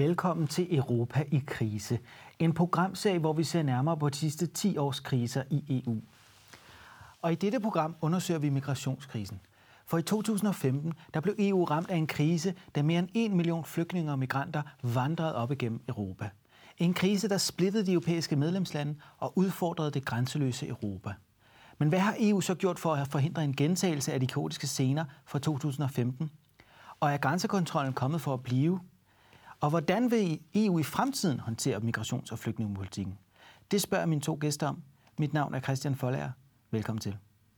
Velkommen til Europa i krise. En programserie, hvor vi ser nærmere på de sidste 10 års kriser i EU. Og i dette program undersøger vi migrationskrisen. For i 2015 der blev EU ramt af en krise, da mere end 1 million flygtninge og migranter vandrede op igennem Europa. En krise, der splittede de europæiske medlemslande og udfordrede det grænseløse Europa. Men hvad har EU så gjort for at forhindre en gentagelse af de kaotiske scener fra 2015? Og er grænsekontrollen kommet for at blive? Og hvordan vil EU i fremtiden håndtere migrations- og flygtningepolitikken? Det spørger mine 2 gæster om. Mit navn er Christian Foldager. Velkommen til.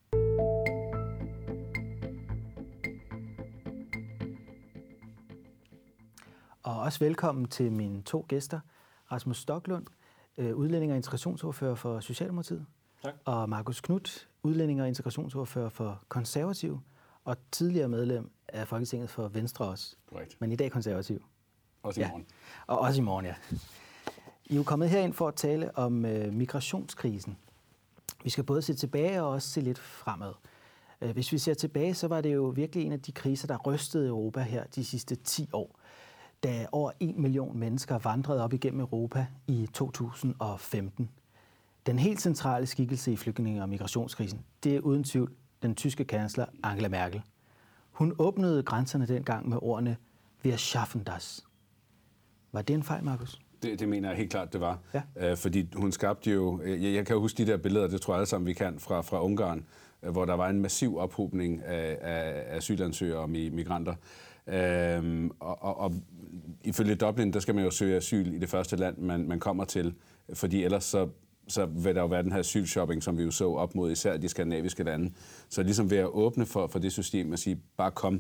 Og også velkommen til mine 2 gæster. Rasmus Stoklund, udlænding- og integrationsordfører for Socialdemokratiet. Tak. Og Marcus Knuth, udlænding- og integrationsordfører for Konservative. Og tidligere medlem af Folketinget for Venstre også. Korrekt. Men i dag konservativ. Også i morgen. Og også i morgen, ja. I er jo kommet herind for at tale om migrationskrisen. Vi skal både se tilbage og også se lidt fremad. Hvis vi ser tilbage, så var det jo virkelig en af de kriser, der rystede Europa her de sidste 10 år. Da over 1 million mennesker vandrede op igennem Europa i 2015. Den helt centrale skikkelse i flygtninge- og migrationskrisen, det er uden tvivl den tyske kansler Angela Merkel. Hun åbnede grænserne dengang med ordene "Wir schaffen das". Var det en fejl, Markus? Det mener jeg helt klart, det var. Ja. Fordi hun skabte jo... Jeg kan jo huske de der billeder, det tror jeg alle sammen, vi kan, fra Ungarn, hvor der var en massiv ophobning af asylansøgere og migranter. Og ifølge Dublin, der skal man jo søge asyl i det første land, man kommer til, fordi ellers så vil der jo være den her asylshopping, som vi jo så op mod især de skandinaviske lande. Så ligesom ved at åbne for det system og sige, bare kom.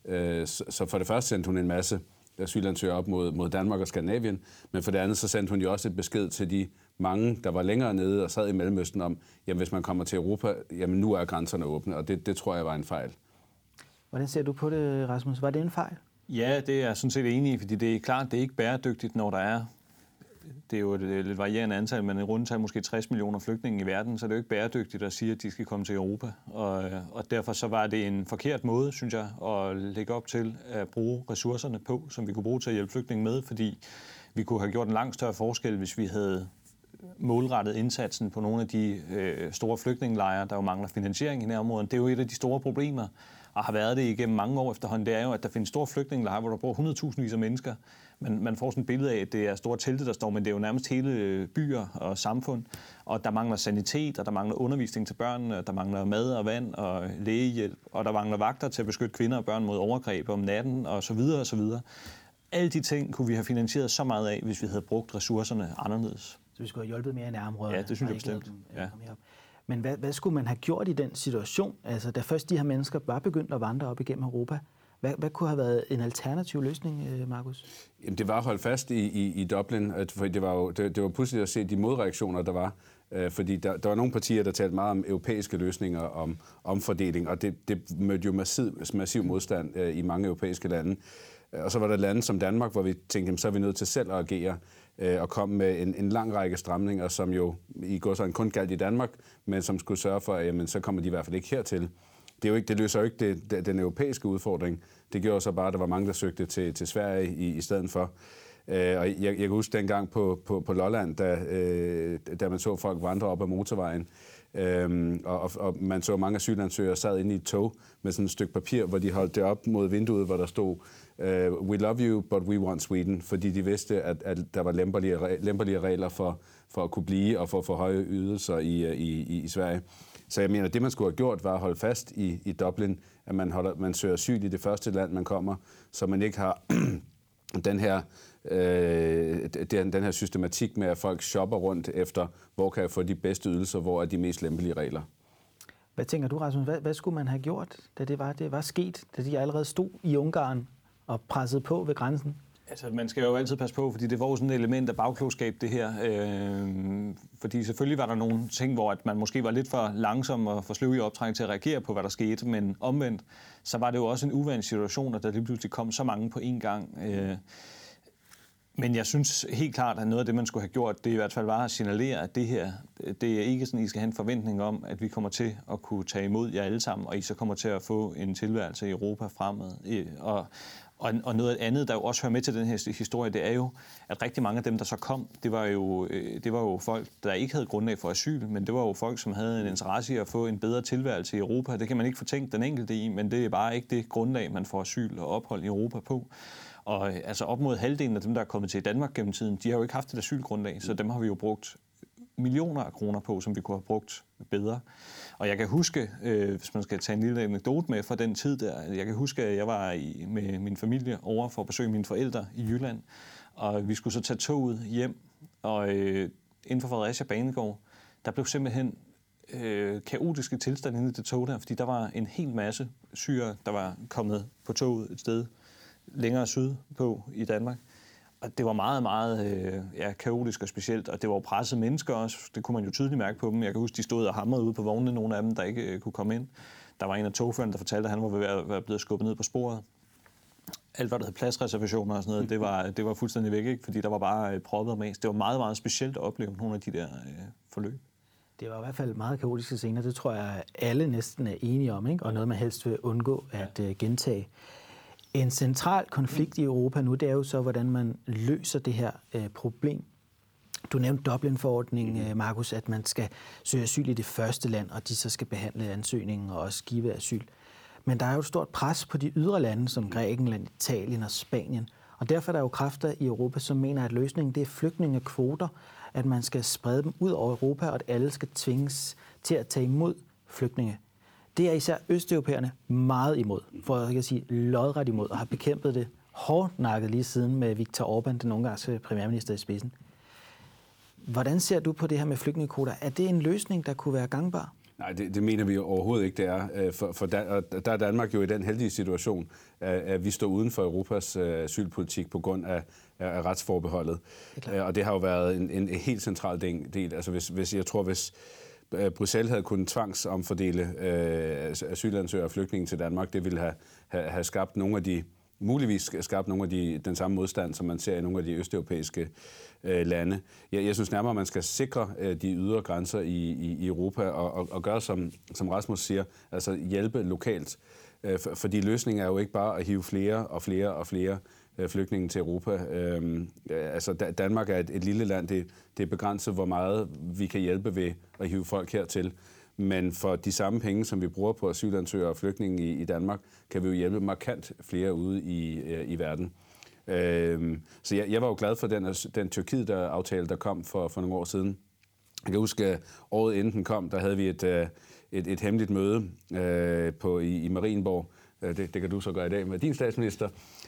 Så for det første sendte hun en masse asylansøgere op mod Danmark og Skandinavien, men for det andet så sendte hun jo også et besked til de mange, der var længere nede og sad i Mellemøsten om, jamen hvis man kommer til Europa, jamen nu er grænserne åbne, og det tror jeg var en fejl. Hvordan ser du på det, Rasmus? Var det en fejl? Ja, det er jeg sådan set enig i, fordi det er klart, det er ikke bæredygtigt, når der er, det er jo et lidt varierende antal, men i rundetal måske 60 millioner flygtninge i verden, så det er jo ikke bæredygtigt at sige, at de skal komme til Europa. Og derfor så var det en forkert måde, synes jeg, at lægge op til at bruge ressourcerne på, som vi kunne bruge til at hjælpe flygtninge med, fordi vi kunne have gjort en langt større forskel, hvis vi havde målrettet indsatsen på nogle af de store flygtningelejre, der jo mangler finansiering i nærområderne. Det er jo et af de store problemer, og har været det igennem mange år efterhånden. Det er jo, at der findes store flygtningelejre, hvor der bor 100.000 af mennesker. Man får sådan et billede af, at det er store telte, der står, men det er jo nærmest hele byer og samfund. Og der mangler sanitet, og der mangler undervisning til børnene, der mangler mad og vand og lægehjælp, og der mangler vagter til at beskytte kvinder og børn mod overgreb om natten, og så videre og så videre. Alle de ting kunne vi have finansieret så meget af, hvis vi havde brugt ressourcerne anderledes. Så vi skulle have hjulpet mere i nærområderne? Ja, det synes jeg bestemt. Ja. Men hvad skulle man have gjort i den situation? Altså, da først de her mennesker var begyndt at vandre op igennem Europa, hvad kunne have været en alternativ løsning, Markus? Jamen, det var at holde fast i Dublin, for det var pludselig at se de modreaktioner, der var. Fordi der var nogle partier, der talte meget om europæiske løsninger, om omfordeling, og det mødte jo massiv modstand i mange europæiske lande. Og så var der lande som Danmark, hvor vi tænkte, så er vi nødt til selv at agere og komme med en lang række stramninger, som jo i går sådan kun galt i Danmark, men som skulle sørge for, at jamen, så kommer de i hvert fald ikke hertil. Det løser jo ikke den europæiske udfordring. Det gjorde så bare, at der var mange, der søgte til Sverige i stedet for. Og jeg kan huske dengang på Lolland, da man så folk vandre op ad motorvejen, og man så mange asylansøgere sad inde i et tog med sådan et stykke papir, hvor de holdt det op mod vinduet, hvor der stod "We love you, but we want Sweden", fordi de vidste, at der var lempelige regler for at kunne blive og for at få høje ydelser i Sverige. Så jeg mener, at det, man skulle have gjort, var at holde fast i Dublin, at man søger asyl i det første land, man kommer, så man ikke har den her systematik med, at folk shopper rundt efter, hvor kan jeg få de bedste ydelser, hvor er de mest lempelige regler. Hvad tænker du, Rasmus? Hvad skulle man have gjort, da det var sket, da de allerede stod i Ungarn og pressede på ved grænsen? Altså, man skal jo altid passe på, fordi det var jo sådan et element af bagklogskab, det her. Fordi selvfølgelig var der nogle ting, hvor at man måske var lidt for langsom og for sløv i optræng til at reagere på, hvad der skete, men omvendt, så var det jo også en uvant situation, at der lige pludselig kom så mange på én gang. Men jeg synes helt klart, at noget af det, man skulle have gjort, det i hvert fald var at signalere, at det her, det er ikke sådan, at I skal have en forventning om, at vi kommer til at kunne tage imod jer alle sammen, og I så kommer til at få en tilværelse i Europa fremad. Og noget andet, der jo også hører med til den her historie, det er jo, at rigtig mange af dem, der så kom, det var jo folk, der ikke havde grundlag for asyl, men det var jo folk, som havde en interesse i at få en bedre tilværelse i Europa. Det kan man ikke fortænke den enkelte i, men det er bare ikke det grundlag, man får asyl og ophold i Europa på. Og altså op mod halvdelen af dem, der er kommet til Danmark gennem tiden, de har jo ikke haft et asylgrundlag, så dem har vi jo brugt millioner af kroner på, som vi kunne have brugt bedre. Og jeg kan huske, hvis man skal tage en lille anekdote med fra den tid der, jeg kan huske, at jeg var med min familie over for at besøge mine forældre i Jylland, og vi skulle så tage toget hjem, og inden for Fredericia Banegård, der blev simpelthen kaotiske tilstand inde i det tog der, fordi der var en hel masse syrere, der var kommet på toget et sted længere sydpå i Danmark. Og det var meget, meget kaotisk og specielt, og det var jo pressede mennesker også. Det kunne man jo tydeligt mærke på dem. Jeg kan huske, de stod og hamrede ude på vognene, nogle af dem, der ikke kunne komme ind. Der var en af togførerne, der fortalte, at han var ved at være blevet skubbet ned på sporet. Alt, hvad der hed pladsreservationer og sådan noget, det var fuldstændig væk, ikke? Fordi der var bare proppet og mas. Det var meget, meget specielt at opleve nogle af de der forløb. Det var i hvert fald meget kaotiske scener. Det tror jeg, alle næsten er enige om, ikke? Og noget, man helst vil undgå at gentage. En central konflikt i Europa nu, det er jo så, hvordan man løser det her problem. Du nævnte Dublin-forordningen, Markus, at man skal søge asyl i det første land, og de så skal behandle ansøgningen og også give asyl. Men der er jo et stort pres på de ydre lande, som Grækenland, Italien og Spanien. Og derfor er der jo kræfter i Europa, som mener, at løsningen det er flygtningekvoter, at man skal sprede dem ud over Europa, og at alle skal tvinges til at tage imod flygtninge. Det er især østeuropæerne meget imod, for at ikke sige lodret imod, og har bekæmpet det hårdnakket lige siden med Viktor Orbán, den ungarske premierminister i spidsen. Hvordan ser du på det her med flygtningekvoter? Er det en løsning, der kunne være gangbar? Nej, det mener vi overhovedet ikke, det er. For der er Danmark jo i den heldige situation, at vi står uden for Europas asylpolitik på grund af retsforbeholdet. Og det har jo været en helt central del. Altså hvis Bruxelles havde kunnet tvangsomfordele asylansøgere og flygtninge til Danmark, det ville have skabt muligvis skabt nogle af den samme modstand, som man ser i nogle af de østeuropæiske lande. Jeg synes nærmere, at man skal sikre de ydre grænser i Europa og gøre, som Rasmus siger, altså hjælpe lokalt. Fordi løsningen er jo ikke bare at hive flere og flere og flere flygtninge til Europa. Altså Danmark er et lille land. Det er begrænset, hvor meget vi kan hjælpe ved at hive folk hertil. Men for de samme penge, som vi bruger på asylansøgere og flygtninge i Danmark, kan vi jo hjælpe markant flere ude i verden. Så jeg var jo glad for den Tyrkiet-aftale, der kom for nogle år siden. Jeg kan huske, at året inden den kom, der havde vi et hemmeligt møde i Marienborg. Det kan du så gøre i dag med din statsminister.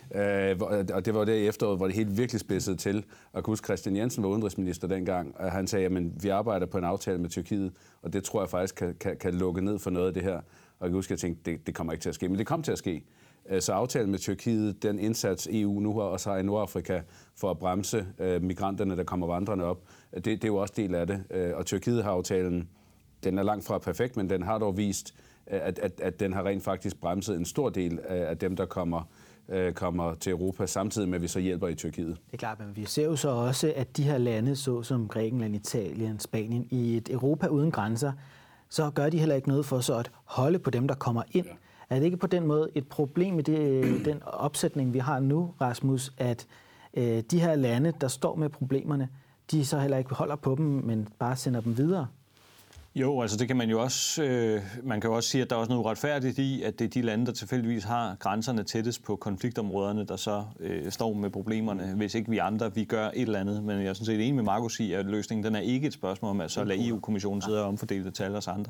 Og det var der i efteråret, hvor det helt virkelig spidsede til. Og jeg kan huske, Kristian Jensen var udenrigsminister dengang, og han sagde, at vi arbejder på en aftale med Tyrkiet, og det tror jeg faktisk kan lukke ned for noget af det her. Og jeg kan huske, at jeg tænkte, det kommer ikke til at ske. Men det kom til at ske. Så aftalen med Tyrkiet, den indsats EU nu også har i Nordafrika for at bremse migranterne, der kommer vandrende op, det er jo også del af det. Og Tyrkiet har aftalen, den er langt fra perfekt, men den har dog vist, at den har rent faktisk bremset en stor del af dem, der kommer til Europa, samtidig med, at vi så hjælper i Tyrkiet. Det er klart, men vi ser jo så også, at de her lande, såsom Grækenland, Italien, Spanien, i et Europa uden grænser, så gør de heller ikke noget for så at holde på dem, der kommer ind. Ja. Er det ikke på den måde et problem med den opsætning, vi har nu, Rasmus, at de her lande, der står med problemerne, de så heller ikke holder på dem, men bare sender dem videre? Jo, altså det kan man jo også, man kan jo også sige, at der er også noget uretfærdigt i, at det er de lande, der tilfældigvis har grænserne tættest på konfliktområderne, der så står med problemerne, hvis ikke vi andre, vi gør et eller andet. Men jeg er sådan set enig med Markus i, at løsningen den er ikke et spørgsmål om, at så lade EU-kommissionen sidde og omfordele det til alle os andre.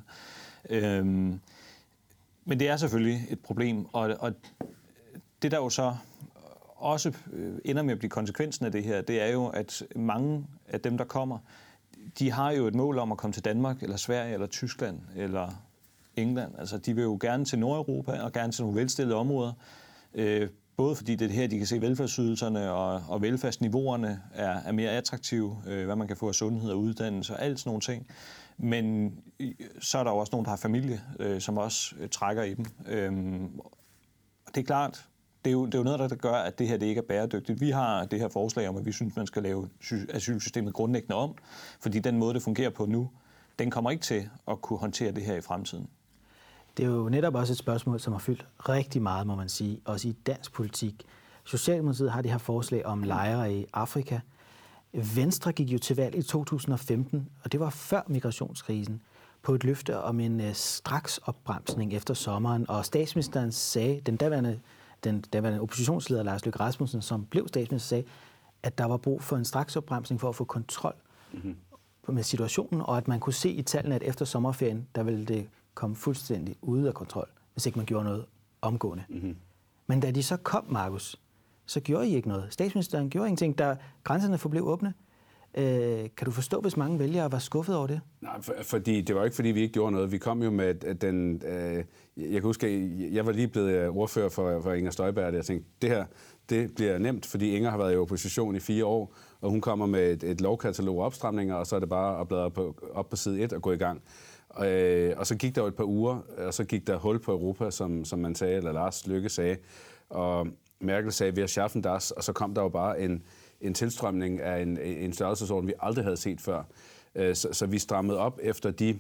Men det er selvfølgelig et problem, og det der jo så også ender med at blive konsekvensen af det her, det er jo, at mange af dem, der kommer, de har jo et mål om at komme til Danmark, eller Sverige, eller Tyskland, eller England. Altså, de vil jo gerne til Nordeuropa, og gerne til nogle velstillede områder. Både fordi det er her, de kan se velfærdsydelserne, og velfærdsniveauerne er mere attraktive, hvad man kan få af sundhed og uddannelse, og alt sådan nogle ting. Men så er der jo også nogen, der har familie, som også trækker i dem. Og det er klart, det er jo noget, der gør, at det her det ikke er bæredygtigt. Vi har det her forslag om, at vi synes, man skal lave asylsystemet grundlæggende om, fordi den måde, det fungerer på nu, den kommer ikke til at kunne håndtere det her i fremtiden. Det er jo netop også et spørgsmål, som har fyldt rigtig meget, må man sige, også i dansk politik. Socialdemokratiet har det her forslag om lejre i Afrika. Venstre gik jo til valg i 2015, og det var før migrationskrisen, på et løfte om en straks opbremsning efter sommeren. Og statsministeren sagde, den daværende oppositionsleder Lars Løkke Rasmussen, som blev statsminister, sagde, at der var brug for en straks opbremsning for at få kontrol med situationen, og at man kunne se i tallene, at efter sommerferien, der ville det komme fuldstændig ude af kontrol, hvis ikke man gjorde noget omgående. Men da de så kom, Markus, så gjorde I ikke noget. Statsministeren gjorde ingenting, da grænserne forblev åbne. Kan du forstå, hvis mange vælgere var skuffet over det? Nej, fordi det var ikke, fordi vi ikke gjorde noget. Vi kom jo med den... jeg kan huske, jeg var lige blevet ordfører for Inger Støjberg, og jeg tænkte, det her, det bliver nemt, fordi Inger har været i opposition i 4 år, og hun kommer med et lovkatalog og opstramninger, og så er det bare at bladre op på side 1 og gå i gang. Og så gik der jo et par uger, og så gik der hul på Europa, som man sagde, eller Lars Løkke sagde, og Merkel sagde, vi har schaffen das, og så kom der jo bare en tilstrømning af en størrelsesorden, vi aldrig havde set før. Så vi strammede op efter de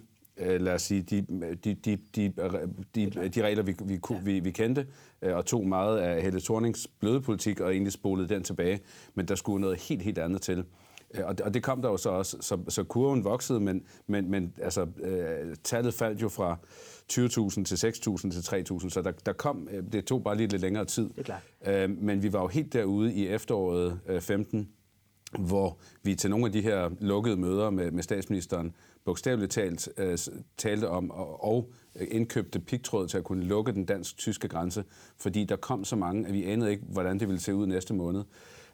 regler, vi kendte, og tog meget af Helle Thornings bløde politik og egentlig spolede den tilbage. Men der skulle noget helt andet til. Og det kom der jo så også. Så kurven voksede, men altså, tallet faldt jo fra 20.000 til 6.000 til 3.000, så der kom, det tog bare lidt længere tid. Det er klart. Men vi var jo helt derude i efteråret 15, hvor vi til nogle af de her lukkede møder med statsministeren bogstaveligt talt talte om og indkøbte pigtråd til at kunne lukke den dansk-tyske grænse, fordi der kom så mange, at vi anede ikke, hvordan det ville se ud næste måned.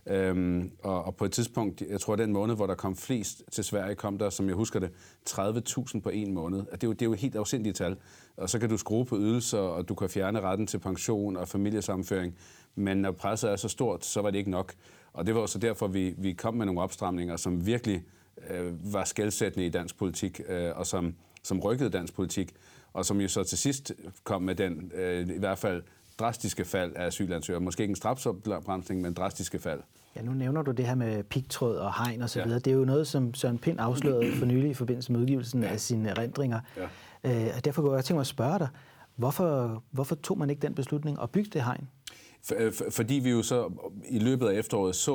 Og på et tidspunkt, jeg tror den måned, hvor der kom flest til Sverige, kom der, som jeg husker det, 30.000 på en måned. Det er jo helt afsindige tal. Og så kan du skrue på ydelser, og du kan fjerne retten til pension og familiesammenføring. Men når presset er så stort, så var det ikke nok. Og det var også derfor, vi kom med nogle opstramninger, som virkelig var skelsættende i dansk politik, og som rykkede dansk politik, og som jo så til sidst kom med den, i hvert fald, drastiske fald af asylansøgere. Måske ikke en strafopbremsning, men drastiske fald. Ja, nu nævner du det her med pigtråd og hegn og så videre. Det er jo noget, som Søren Pind afslørede for nylig i forbindelse med udgivelsen af sine erindringer. Ja. Og derfor kunne jeg tænke mig at spørge dig, hvorfor tog man ikke den beslutning at bygge det hegn? Fordi vi jo så i løbet af efteråret så,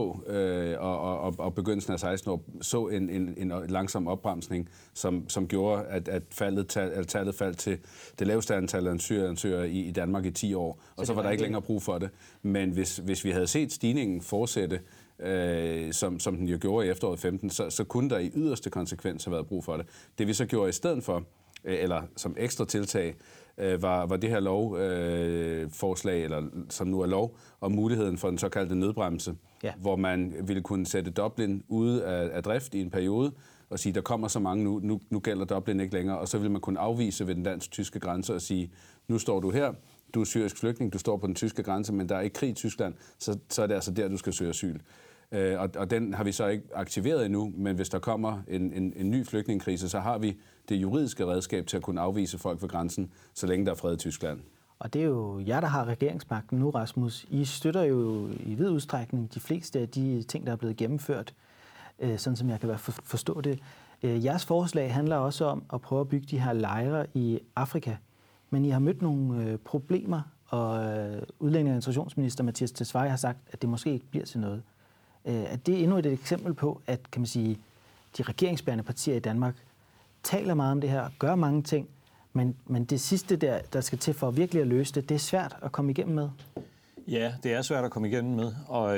og begyndelsen af 16 år, så en langsom opbremsning, som gjorde, at tallet faldt til det laveste antal ansøgere i Danmark i 10 år. Og så var der ikke længere brug for det. Men hvis vi havde set stigningen fortsætte, som den jo gjorde i efteråret 15, så kunne der i yderste konsekvens have været brug for det. Det vi så gjorde i stedet for, eller som ekstra tiltag, var det her lovforslag, eller som nu er lov, om muligheden for den såkaldte nødbremse, hvor man ville kunne sætte Dublin ude af drift i en periode, og sige, der kommer så mange nu gælder Dublin ikke længere, og så vil man kunne afvise ved den dansk-tyske grænse og sige, nu står du her, du er syrisk flygtning, du står på den tyske grænse, men der er ikke krig i Tyskland, så er det altså der, du skal søge asyl. Og den har vi så ikke aktiveret endnu, men hvis der kommer en ny flygtningekrise, så har vi det juridiske redskab til at kunne afvise folk ved grænsen, så længe der er fred i Tyskland. Og det er jo jer, der har regeringsmagten nu, Rasmus. I støtter jo i vid udstrækning de fleste af de ting, der er blevet gennemført, sådan som jeg kan forstå det. Jeres forslag handler også om at prøve at bygge de her lejre i Afrika, men I har mødt nogle problemer, og udlændinge- og integrationsminister Mattias Tesfaye har sagt, at det måske ikke bliver til noget. Er det endnu et eksempel på, at kan man sige, de regeringsbærende partier i Danmark taler meget om det her, gør mange ting, men det sidste der skal til for virkelig at løse det, det er svært at komme igennem med? Ja, det er svært at komme igennem med, og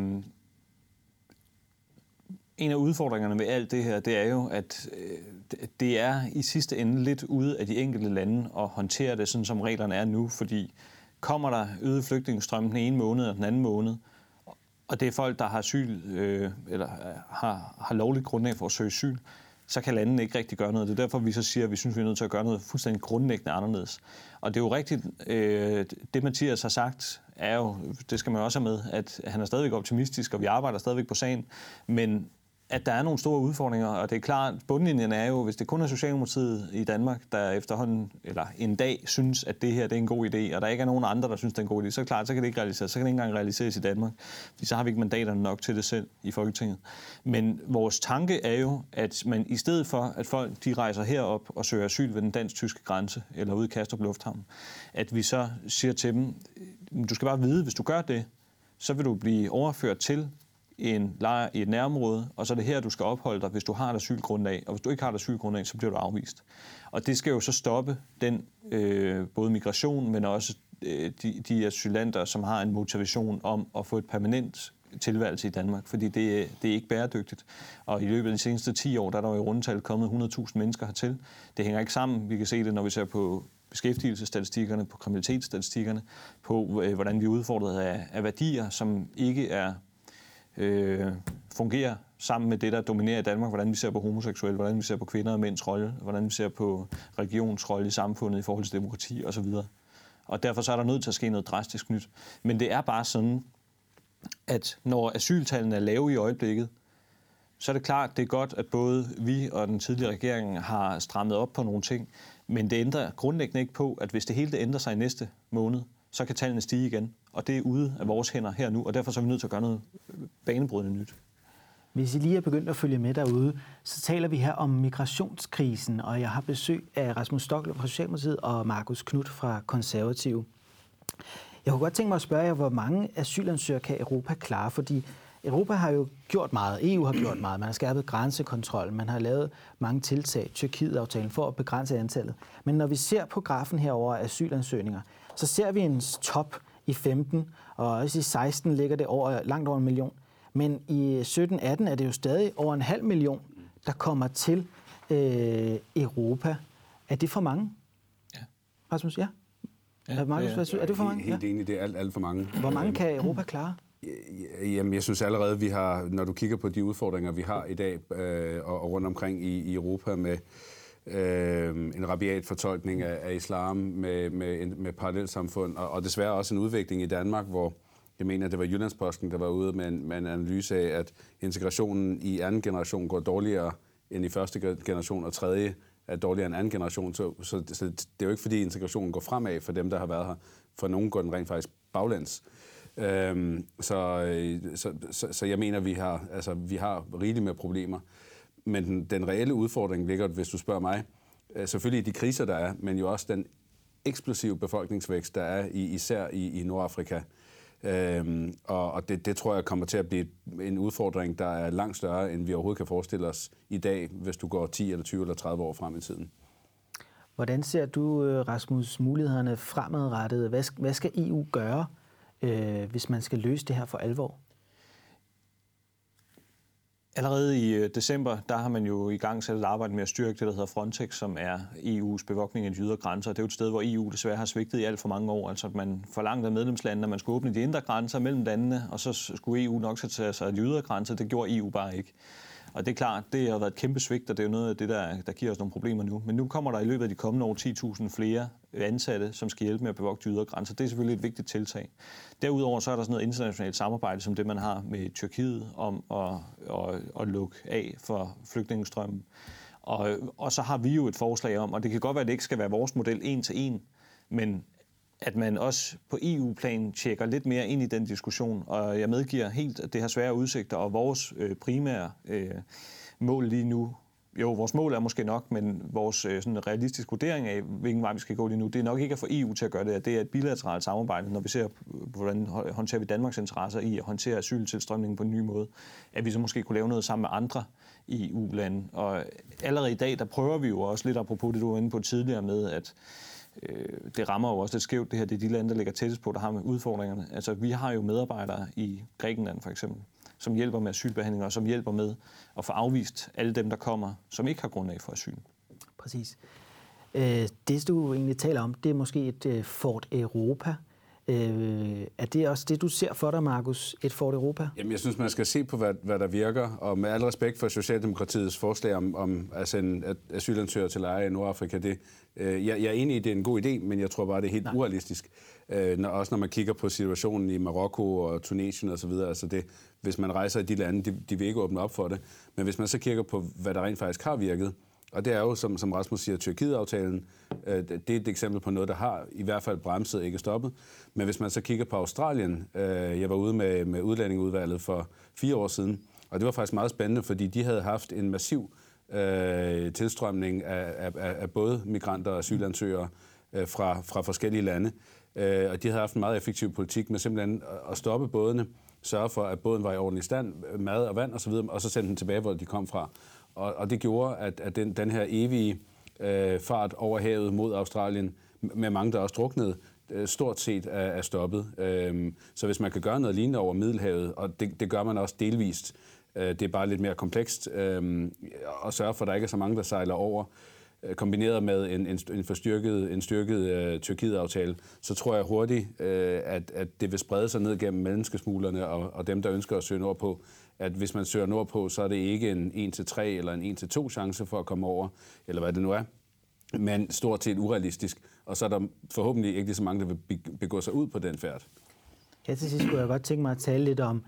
en af udfordringerne ved alt det her, det er jo, at det er i sidste ende lidt ude af de enkelte lande at håndtere det, sådan som reglerne er nu, fordi kommer der øget flygtningestrøm den ene måned og den anden måned, og det er folk, der har asyl, eller har lovligt grundlag for at søge asyl, så kan landene ikke rigtig gøre noget. Det er derfor, vi så siger, at vi synes, vi er nødt til at gøre noget fuldstændig grundlæggende anderledes. Og det er jo rigtigt, det Mathias har sagt, er jo, det skal man også have med, at han er stadigvæk optimistisk, og vi arbejder stadigvæk på sagen, men at der er nogle store udfordringer, og det er klart, bundlinjen er jo, hvis det kun er Socialdemokratiet i Danmark, der efterhånden, eller en dag, synes, at det her det er en god idé, og der ikke er nogen andre, der synes, det er en god idé, så klart, så kan det ikke realiseres. Så kan det ikke engang realiseres i Danmark, fordi så har vi ikke mandaterne nok til det selv i Folketinget. Men vores tanke er jo, at man i stedet for, at folk de rejser herop og søger asyl ved den dansk-tyske grænse, eller ude i Kastrup Lufthavn, at vi så siger til dem, du skal bare vide, hvis du gør det, så vil du blive overført til en lejr i et nærområde, og så er det her, du skal opholde dig, hvis du har et asylgrundlag, og hvis du ikke har et asylgrundlag, så bliver du afvist. Og det skal jo så stoppe den både migration, men også de asylanter, som har en motivation om at få et permanent tilværelse i Danmark, fordi det er ikke bæredygtigt. Og i løbet af de seneste 10 år, der er der jo i rundetal kommet 100.000 mennesker hertil. Det hænger ikke sammen. Vi kan se det, når vi ser på beskæftigelsesstatistikkerne, på kriminalitetsstatistikkerne, på hvordan vi er udfordret af værdier, som ikke fungerer sammen med det, der dominerer i Danmark, hvordan vi ser på homoseksuelle, hvordan vi ser på kvinder og mænds rolle, hvordan vi ser på religions rolle i samfundet i forhold til demokrati osv. Og derfor så er der nødt til at ske noget drastisk nyt. Men det er bare sådan, at når asyltallene er lave i øjeblikket, så er det klart, det er godt, at både vi og den tidligere regering har strammet op på nogle ting, men det ændrer grundlæggende ikke på, at hvis det hele ændrer sig i næste måned, så kan tallene stige igen. Og det er ude af vores hænder her nu, og derfor så er vi nødt til at gøre noget banebrydende nyt. Hvis I lige er begyndt at følge med derude, så taler vi her om migrationskrisen, og jeg har besøg af Rasmus Stoklund fra Socialdemokratiet og Marcus Knuth fra Konservative. Jeg kunne godt tænke mig at spørge jer, hvor mange asylansøgere kan Europa klare? Fordi Europa har jo gjort meget, EU har gjort meget, man har skærpet grænsekontrol, man har lavet mange tiltag, Tyrkiet-aftalen for at begrænse antallet. Men når vi ser på grafen herover af asylansøgninger, så ser vi en top i 15, og også i 16 ligger det langt over 1 million. Men i 17-18 er det jo stadig over 500.000, der kommer til Europa. Er det for mange? Ja. Rasmus, ja? Er det for mange? Helt enig, det er alt for mange. Hvor mange kan Europa klare? Jamen, jeg synes allerede, vi har, når du kigger på de udfordringer, vi har i dag og rundt omkring i Europa med en rabiat fortolkning af islam, med parallelsamfund, og desværre også en udvikling i Danmark, hvor jeg mener, det var Jyllandsposten, der var ude med en analyse af, at integrationen i anden generation går dårligere end i første generation, og tredje er dårligere end anden generation. Så det er jo ikke, fordi integrationen går fremad for dem, der har været her. For nogen går den rent faktisk baglæns. Så jeg mener, vi har rigeligt med problemer. Men den reelle udfordring ligger, hvis du spørger mig, selvfølgelig i de kriser, der er, men jo også den eksplosive befolkningsvækst, der er især i Nordafrika. Og det tror jeg kommer til at blive en udfordring, der er langt større, end vi overhovedet kan forestille os i dag, hvis du går 10 eller 20 eller 30 år frem i tiden. Hvordan ser du, Rasmus, mulighederne fremadrettet? Hvad skal EU gøre, hvis man skal løse det her for alvor? Allerede i december, der har man jo i gang sat et arbejde med at styrke det, der hedder Frontex, som er EU's bevogtning af de ydre grænser. Det er jo et sted, hvor EU desværre har svigtet i alt for mange år. Altså, man forlangte af medlemslandene, at man skulle åbne de indre grænser mellem landene, og så skulle EU nok tage sig af de ydre grænser. Det gjorde EU bare ikke. Og det er klart, det har været et kæmpe svigt, og det er jo noget af det, der giver os nogle problemer nu. Men nu kommer der i løbet af de kommende år 10.000 flere ansatte, som skal hjælpe med at bevogte de ydre grænser. Det er selvfølgelig et vigtigt tiltag. Derudover så er der sådan noget internationalt samarbejde, som det man har med Tyrkiet om at lukke af for flygtningestrømmen. Og så har vi jo et forslag om, og det kan godt være, at det ikke skal være vores model 1 til 1, men at man også på EU-plan tjekker lidt mere ind i den diskussion. Og jeg medgiver helt, at det har svære udsigter, og vores primære mål lige nu, jo, vores mål er måske nok, men vores sådan realistiske vurdering af, hvilken vej vi skal gå lige nu, det er nok ikke at få EU til at gøre det. Det er et bilateralt samarbejde, når vi ser, hvordan håndterer vi Danmarks interesser i at håndtere asyltilstrømningen på en ny måde. At vi så måske kunne lave noget sammen med andre EU-lande. Og allerede i dag, der prøver vi jo også lidt, apropos det, du var inde på tidligere med, at det rammer jo også lidt skævt, det her. Det er de lande, der ligger tættest på, der har med udfordringerne. Altså, vi har jo medarbejdere i Grækenland, for eksempel, som hjælper med asylbehandling, og som hjælper med at få afvist alle dem, der kommer, som ikke har grundlag for asyl. Præcis. Det, du egentlig taler om, det er måske et Fort Europa. Er det også det, du ser for dig, Marcus, et Fort Europa? Jamen, jeg synes, man skal se på, hvad der virker, og med al respekt for Socialdemokratiets forslag om at sende asylansøgere til lejre i Nordafrika, jeg er enig i, det er en god idé, men jeg tror bare, det er helt urealistisk. Også når man kigger på situationen i Marokko og Tunesien osv., altså hvis man rejser i de lande, de vil ikke åbne op for det. Men hvis man så kigger på, hvad der rent faktisk har virket, og det er jo, som Rasmus siger, Tyrkiet-aftalen, det er et eksempel på noget, der har i hvert fald bremset, ikke stoppet. Men hvis man så kigger på Australien, jeg var ude med udlændingeudvalget for 4 år siden, og det var faktisk meget spændende, fordi de havde haft en massiv tilstrømning af både migranter og asylansøgere fra forskellige lande. Og de havde haft en meget effektiv politik med simpelthen at stoppe bådene, sørge for, at båden var i ordentlig stand, mad og vand osv., og så sende den tilbage, hvor de kom fra. Og det gjorde, at den her evige fart over havet mod Australien, med mange, der også druknede, stort set er stoppet. Så hvis man kan gøre noget lignende over Middelhavet, og det gør man også delvist, det er bare lidt mere komplekst, og sørge for, at der ikke er så mange, der sejler over, kombineret med en styrket Tyrkiet-aftale, så tror jeg hurtigt, at det vil sprede sig ned gennem menneskesmuglerne og dem, der ønsker at søge nordpå. At hvis man søger nordpå, så er det ikke en 1-3 eller en 1-2 chance for at komme over, eller hvad det nu er, men stort set urealistisk. Og så er der forhåbentlig ikke lige så mange, der vil begå sig ud på den færd. Ja, til sidst skulle jeg godt tænke mig at tale lidt om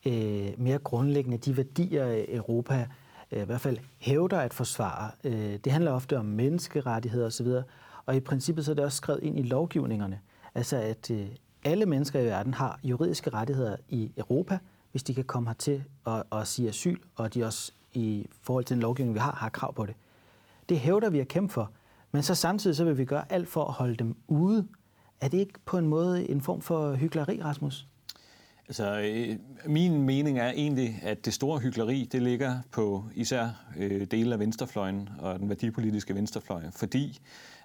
mere grundlæggende de værdier, Europa i hvert fald hævder at forsvare. Det handler ofte om menneskerettigheder osv., og i princippet så er det også skrevet ind i lovgivningerne. Altså at alle mennesker i verden har juridiske rettigheder i Europa, hvis de kan komme hertil og sige asyl, og de også i forhold til den lovgivning, vi har krav på det. Det hævder vi at kæmpe for, men så samtidig så vil vi gøre alt for at holde dem ude. Er det ikke på en måde en form for hykleri, Rasmus? Altså, min mening er egentlig, at det store hykleri, det ligger på især dele af venstrefløjen og den værdipolitiske venstrefløj. Fordi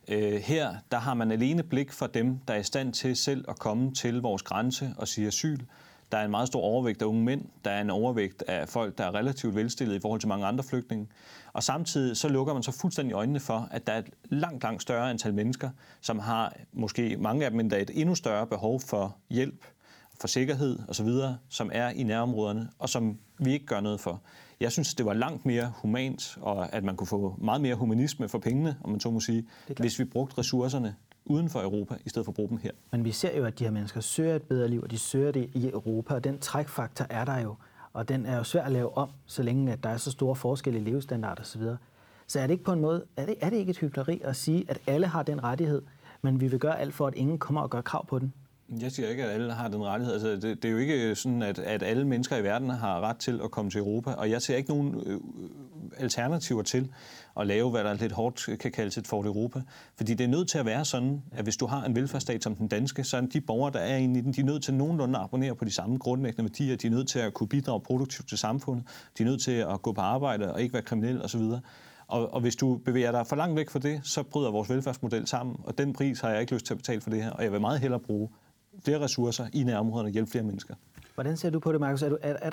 her, der har man alene blik for dem, der er i stand til selv at komme til vores grænse og sige asyl. Der er en meget stor overvægt af unge mænd. Der er en overvægt af folk, der er relativt velstillede i forhold til mange andre flygtninge. Og samtidig så lukker man så fuldstændig øjnene for, at der er et langt større antal mennesker, som har måske mange af dem endda et endnu større behov for hjælp, for sikkerhed osv., som er i nærområderne, og som vi ikke gør noget for. Jeg synes, det var langt mere humant, og at man kunne få meget mere humanisme for pengene, om man så må sige, hvis vi brugte ressourcerne uden for Europa, i stedet for at bruge dem her. Men vi ser jo, at de her mennesker søger et bedre liv, og de søger det i Europa, og den trækfaktor er der jo, og den er jo svær at lave om, så længe at der er så store forskelle i levestandard osv. Så er det ikke på en måde, er det ikke et hykleri at sige, at alle har den rettighed, men vi vil gøre alt for, at ingen kommer og gør krav på den? Jeg siger ikke, at alle har den rettighed. Altså, det er jo ikke sådan, at alle mennesker i verden har ret til at komme til Europa, og jeg ser ikke nogen alternativer til at lave, hvad der lidt hårdt kan kaldes et Fort Europa. Fordi det er nødt til at være sådan, at hvis du har en velfærdsstat som den danske, så er de borgere, der er inde i den, de er nødt til nogenlunde at abonnere på de samme grundlæggende værdier. De er nødt til at kunne bidrage produktivt til samfundet. De er nødt til at gå på arbejde og ikke være kriminelle osv. Og hvis du bevæger dig for langt væk fra det, så bryder vores velfærdsmodel sammen, og den pris har jeg ikke lyst til at betale for det her, og jeg vil meget hellere bruge flere ressourcer i nærområderne og hjælpe flere mennesker. Hvordan ser du på det, Markus?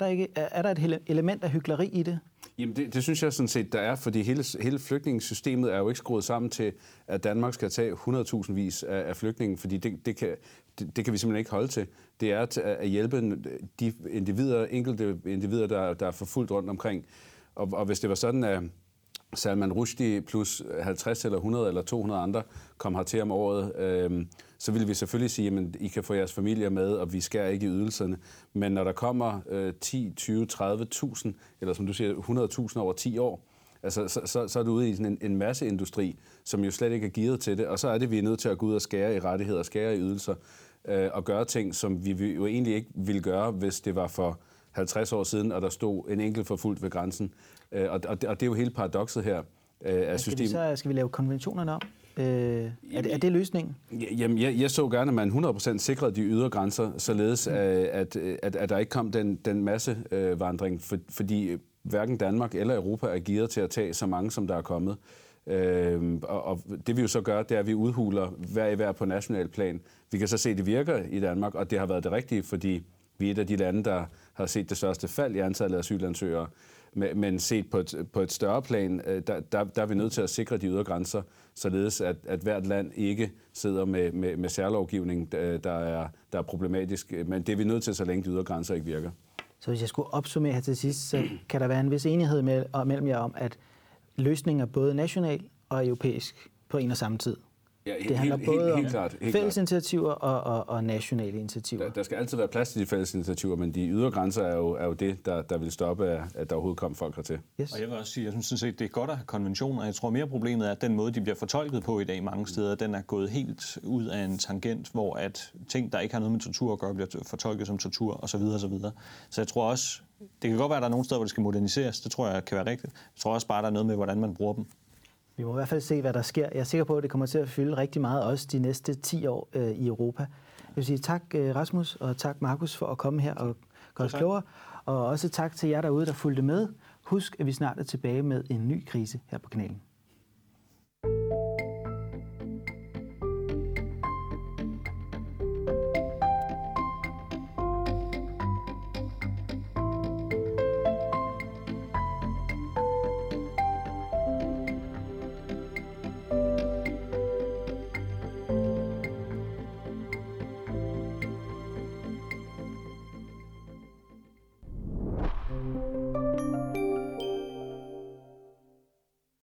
Er der et element af hykleri i det? Jamen det synes jeg sådan set, der er, fordi hele flygtningesystemet er jo ikke skruet sammen til, at Danmark skal tage 100.000 vis af flygtninge, fordi det kan vi simpelthen ikke holde til. Det er at hjælpe de enkelte individer, der er forfulgt rundt omkring. Og hvis det var sådan, at Salman Rushdie plus 50 eller 100 eller 200 andre kom hertil om året, så ville vi selvfølgelig sige, at I kan få jeres familier med, og vi skærer ikke i ydelserne. Men når der kommer 10, 20, 30.000, eller som du siger, 100.000 over 10 år, altså, så er du ude i sådan en masseindustri, som jo slet ikke er gearet til det. Og så er det, vi er nødt til at gå ud og skære i rettigheder, skære i ydelser, og gøre ting, som vi jo egentlig ikke ville gøre, hvis det var for 50 år siden, og der stod en enkelt forfulgt ved grænsen. Og det er jo hele paradokset her af systemet. Skal vi lave konventionerne om? Er det løsningen? Jamen, jeg så gerne, at man 100% sikrede de ydre grænser, således at der ikke kom den massevandring, fordi hverken Danmark eller Europa er gearet til at tage så mange, som der er kommet. Og det vi jo så gør, det er, at vi udhuler hver på national plan. Vi kan så se, at det virker i Danmark, og det har været det rigtige, fordi vi er et af de lande, der har set det største fald i antallet af asylansøgere. Men set på et større plan, der er vi nødt til at sikre de ydre grænser, således at hvert land ikke sidder med særlovgivning, der er problematisk. Men det er vi nødt til, så længe de ydre grænser ikke virker. Så hvis jeg skulle opsummere her til sidst, så kan der være en vis enighed mellem jer om, at løsningen er både national og europæisk på en og samme tid. Ja, det handler både om klart, fælles initiativer og nationale initiativer. Der skal altid være plads til de fælles initiativer, men de ydre grænser er jo det, der vil stoppe, at der overhovedet kommer folk hertil. Yes. Og jeg vil også sige, jeg synes sådan set, det er godt at have konventioner. Jeg tror mere problemet er, at den måde, de bliver fortolket på i dag mange steder, den er gået helt ud af en tangent, hvor at ting, der ikke har noget med tortur at gøre, bliver fortolket som tortur osv. osv. Så jeg tror også, det kan godt være, at der er nogle steder, hvor det skal moderniseres. Det tror jeg kan være rigtigt. Jeg tror også bare, der er noget med, hvordan man bruger dem. Vi må i hvert fald se, hvad der sker. Jeg er sikker på, at det kommer til at fylde rigtig meget også de næste 10 år i Europa. Jeg vil sige tak, Rasmus, og tak, Markus, for at komme her og gøre os klogere. Og også tak til jer derude, der fulgte med. Husk, at vi snart er tilbage med en ny krise her på kanalen.